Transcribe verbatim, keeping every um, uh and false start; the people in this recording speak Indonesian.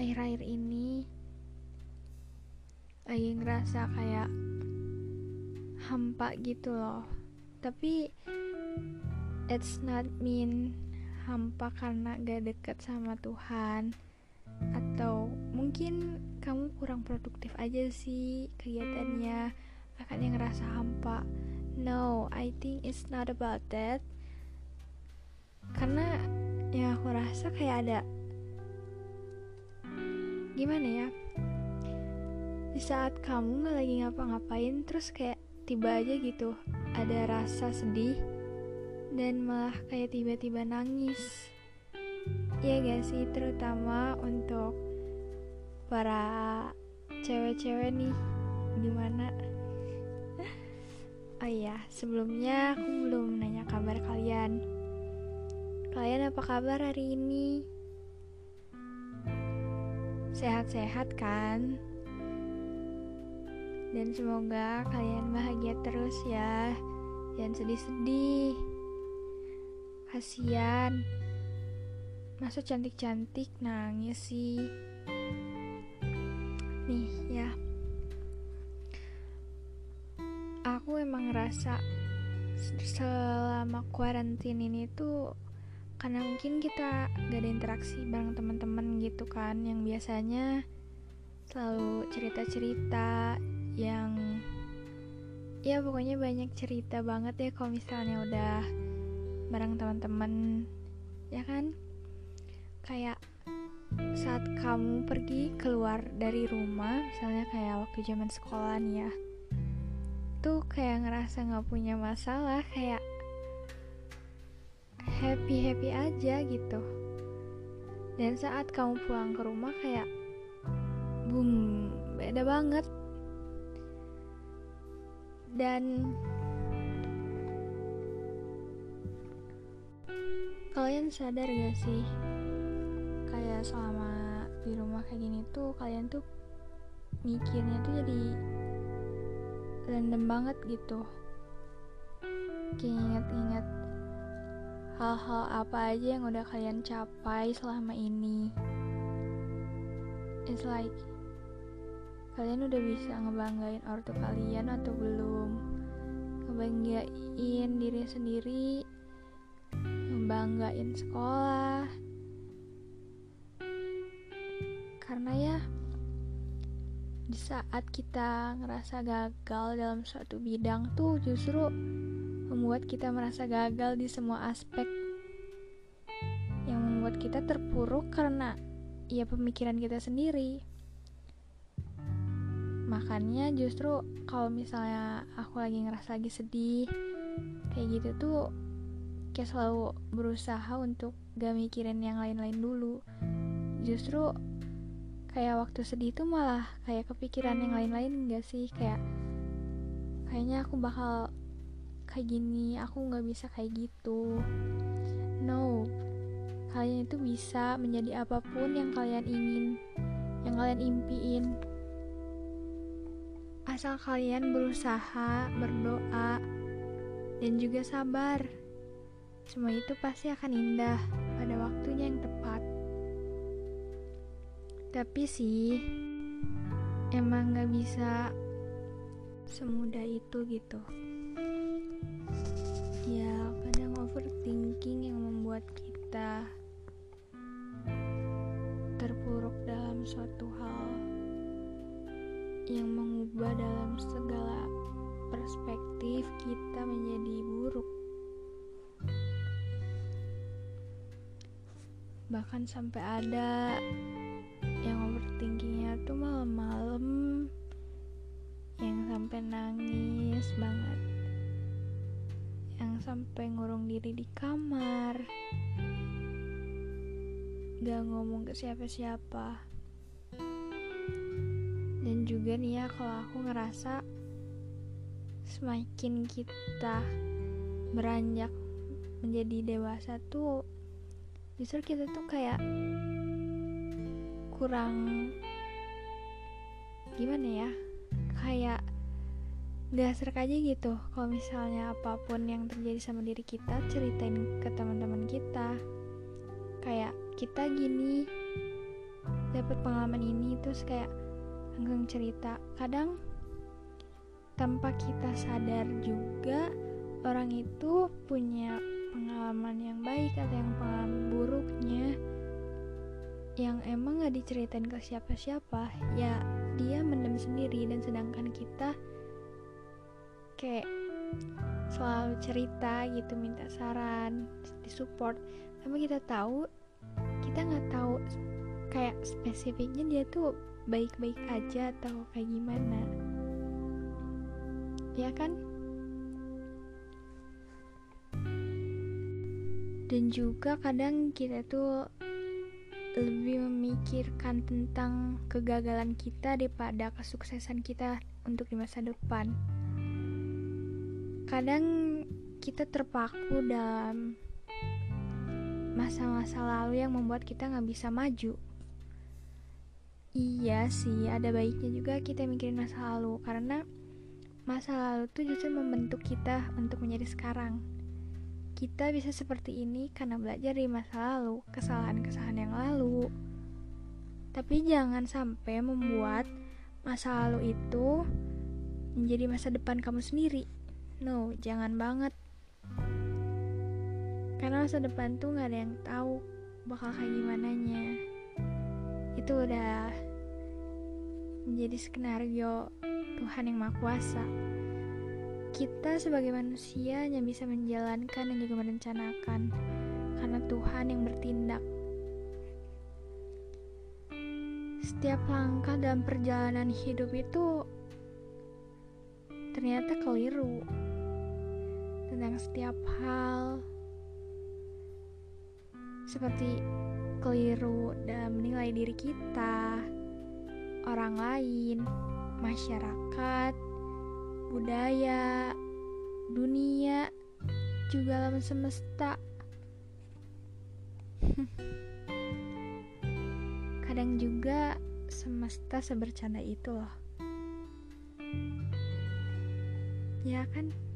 akhir-akhir ini lagi ngerasa kayak hampa gitu loh. Tapi it's not mean hampa karena gak deket sama Tuhan, atau mungkin kamu kurang produktif aja sih kegiatannya, makanya ngerasa hampa. No, I think it's not about that. Karena yang aku rasa kayak ada, gimana ya, di saat kamu gak lagi ngapa-ngapain, terus kayak tiba aja gitu ada rasa sedih dan malah kayak tiba-tiba nangis. Ya gak sih, terutama untuk para cewek-cewek nih, gimana? Oh iya, sebelumnya aku belum nanya kabar kalian. Kalian apa kabar hari ini? Sehat-sehat kan? Dan semoga kalian bahagia terus ya. Jangan sedih-sedih. Kasian. Masa cantik-cantik nangis sih. Nih ya, aku emang ngerasa selama kuarantin ini tuh, karena mungkin kita gak ada interaksi bareng teman-teman gitu kan, yang biasanya selalu cerita-cerita yang ya pokoknya banyak cerita banget ya kalau misalnya udah bareng teman-teman, ya kan? Kayak saat kamu pergi keluar dari rumah, misalnya kayak waktu zaman sekolah nih ya, tuh kayak ngerasa gak punya masalah, kayak happy-happy aja gitu. Dan saat kamu pulang ke rumah kayak boom, beda banget. Dan kalian sadar gak sih, kayak selama di rumah kayak gini tuh kalian tuh mikirnya tuh jadi random banget gitu, kayak inget-inget hal-hal apa aja yang udah kalian capai selama ini. It's like kalian udah bisa ngebanggain ortu kalian atau belum, ngebanggain diri sendiri, ngebanggain sekolah. Karena ya, di saat kita ngerasa gagal dalam suatu bidang tuh justru membuat kita merasa gagal di semua aspek, yang membuat kita terpuruk karena ya pemikiran kita sendiri. Makanya justru kalau misalnya aku lagi ngerasa lagi sedih kayak gitu tuh, kayak selalu berusaha untuk gak mikirin yang lain-lain dulu. Justru kayak waktu sedih tuh malah kayak kepikiran yang lain-lain gak sih, kayak kayaknya aku bakal kayak gini, aku gak bisa kayak gitu. No, kalian itu bisa menjadi apapun yang kalian ingin, yang kalian impiin, asal kalian berusaha, berdoa, dan juga sabar. Semua itu pasti akan indah pada waktunya yang tepat. Tapi sih, emang gak bisa semudah itu gitu. Ya, kadang overthinking yang membuat kita terpuruk dalam suatu hal, yang mengubah dalam segala perspektif kita menjadi buruk. Bahkan sampai ada yang overthinkingnya tuh malam-malam, yang sampai nangis banget, yang sampai ngurung diri di kamar, gak ngomong ke siapa-siapa. Dan juga nih ya, kalau aku ngerasa semakin kita beranjak menjadi dewasa tuh, justru kita tuh kayak kurang, gimana ya, kayak gak serak aja gitu kalau misalnya apapun yang terjadi sama diri kita ceritain ke teman-teman kita. Kayak kita gini, dapat pengalaman ini terus kayak langsung cerita. Kadang tanpa kita sadar juga orang itu punya pengalaman yang baik atau yang pengalaman buruknya yang emang gak diceritain ke siapa-siapa, ya dia mendem sendiri. Dan sedangkan kita kayak selalu cerita gitu, minta saran, disupport, tapi kita tahu kita nggak tahu kayak spesifiknya dia tuh baik-baik aja atau kayak gimana, ya kan? Dan juga kadang kita tuh lebih memikirkan tentang kegagalan kita daripada kesuksesan kita untuk di masa depan. Kadang kita terpaku dalam masa-masa lalu yang membuat kita gak bisa maju. Iya sih, ada baiknya juga kita mikirin masa lalu, karena masa lalu tuh justru membentuk kita untuk menjadi sekarang. Kita bisa seperti ini karena belajar dari masa lalu, kesalahan-kesalahan yang lalu. Tapi jangan sampai membuat masa lalu itu menjadi masa depan kamu sendiri. No, jangan banget. Karena masa depan tuh gak ada yang tahu bakal kayak gimananya. Itu udah menjadi skenario Tuhan yang Maha Kuasa. Kita sebagai manusia hanya bisa menjalankan dan juga merencanakan, karena Tuhan yang bertindak. Setiap langkah dalam perjalanan hidup itu ternyata keliru tentang setiap hal, seperti keliru dalam menilai diri kita, orang lain, masyarakat, budaya, dunia, juga alam semesta. Kadang juga semesta sebercanda itu loh, ya kan?